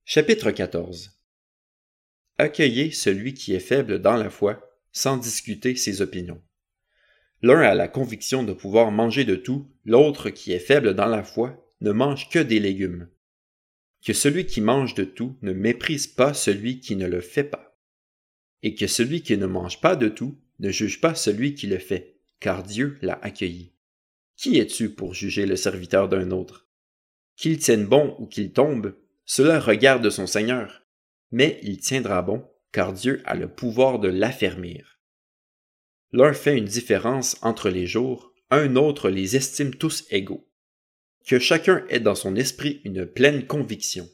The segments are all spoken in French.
Chapitre 14. Accueillez celui qui est faible dans la foi, sans discuter ses opinions. L'un a la conviction de pouvoir manger de tout, l'autre qui est faible dans la foi ne mange que des légumes. Que celui qui mange de tout ne méprise pas celui qui ne le fait pas. Et que celui qui ne mange pas de tout ne juge pas celui qui le fait, car Dieu l'a accueilli. Qui es-tu pour juger le serviteur d'un autre? Qu'il tienne bon ou qu'il tombe, cela regarde son Seigneur, mais il tiendra bon, car Dieu a le pouvoir de l'affermir. L'un fait une différence entre les jours, un autre les estime tous égaux. Que chacun ait dans son esprit une pleine conviction.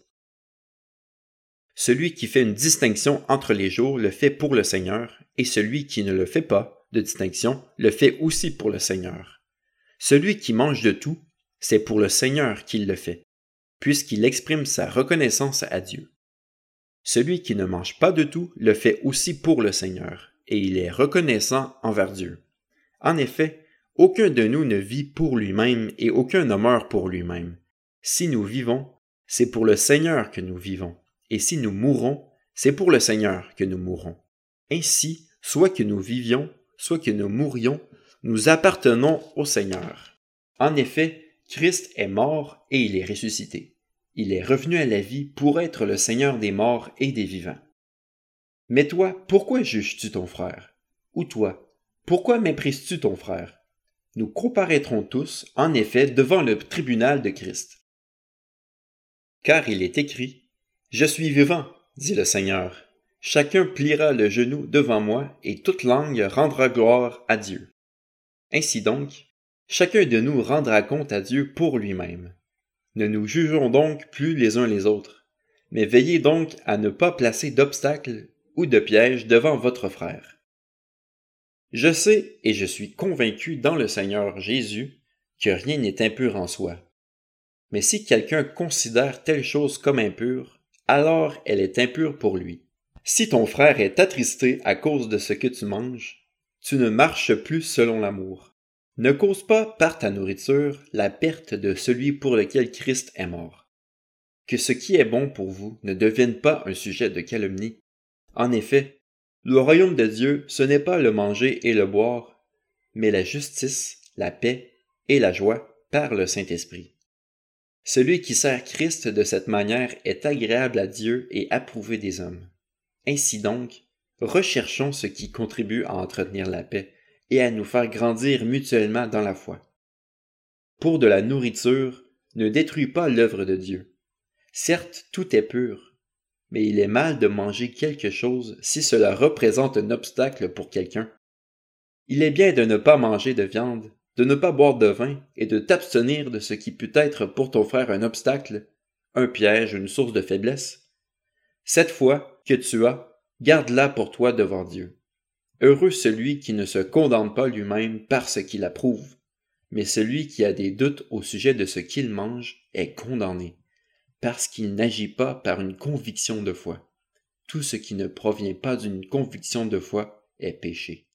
Celui qui fait une distinction entre les jours le fait pour le Seigneur, et celui qui ne le fait pas, de distinction, le fait aussi pour le Seigneur. Celui qui mange de tout, c'est pour le Seigneur qu'il le fait, puisqu'il exprime sa reconnaissance à Dieu. Celui qui ne mange pas de tout le fait aussi pour le Seigneur, et il est reconnaissant envers Dieu. En effet, aucun de nous ne vit pour lui-même et aucun ne meurt pour lui-même. Si nous vivons, c'est pour le Seigneur que nous vivons, et si nous mourons, c'est pour le Seigneur que nous mourons. Ainsi, soit que nous vivions, soit que nous mourions, nous appartenons au Seigneur. En effet, Christ est mort et il est ressuscité. Il est revenu à la vie pour être le Seigneur des morts et des vivants. Mais toi, pourquoi juges-tu ton frère? Ou toi, pourquoi méprises-tu ton frère? Nous comparaîtrons tous, en effet, devant le tribunal de Christ. Car il est écrit, « Je suis vivant, dit le Seigneur. Chacun pliera le genou devant moi, et toute langue rendra gloire à Dieu. » Ainsi donc, chacun de nous rendra compte à Dieu pour lui-même. Ne nous jugeons donc plus les uns les autres, mais veillez donc à ne pas placer d'obstacles ou de pièges devant votre frère. Je sais et je suis convaincu dans le Seigneur Jésus que rien n'est impur en soi. Mais si quelqu'un considère telle chose comme impure, alors elle est impure pour lui. Si ton frère est attristé à cause de ce que tu manges, tu ne marches plus selon l'amour. Ne cause pas par ta nourriture la perte de celui pour lequel Christ est mort. Que ce qui est bon pour vous ne devienne pas un sujet de calomnie. En effet, le royaume de Dieu, ce n'est pas le manger et le boire, mais la justice, la paix et la joie par le Saint-Esprit. Celui qui sert Christ de cette manière est agréable à Dieu et approuvé des hommes. Ainsi donc, recherchons ce qui contribue à entretenir la paix et à nous faire grandir mutuellement dans la foi. Pour de la nourriture, ne détruis pas l'œuvre de Dieu. Certes, tout est pur, mais il est mal de manger quelque chose si cela représente un obstacle pour quelqu'un. Il est bien de ne pas manger de viande, de ne pas boire de vin et de t'abstenir de ce qui peut être pour ton frère un obstacle, un piège, une source de faiblesse. Cette foi que tu as, garde-la pour toi devant Dieu. Heureux celui qui ne se condamne pas lui-même parce qu'il approuve, mais celui qui a des doutes au sujet de ce qu'il mange est condamné, parce qu'il n'agit pas par une conviction de foi. Tout ce qui ne provient pas d'une conviction de foi est péché.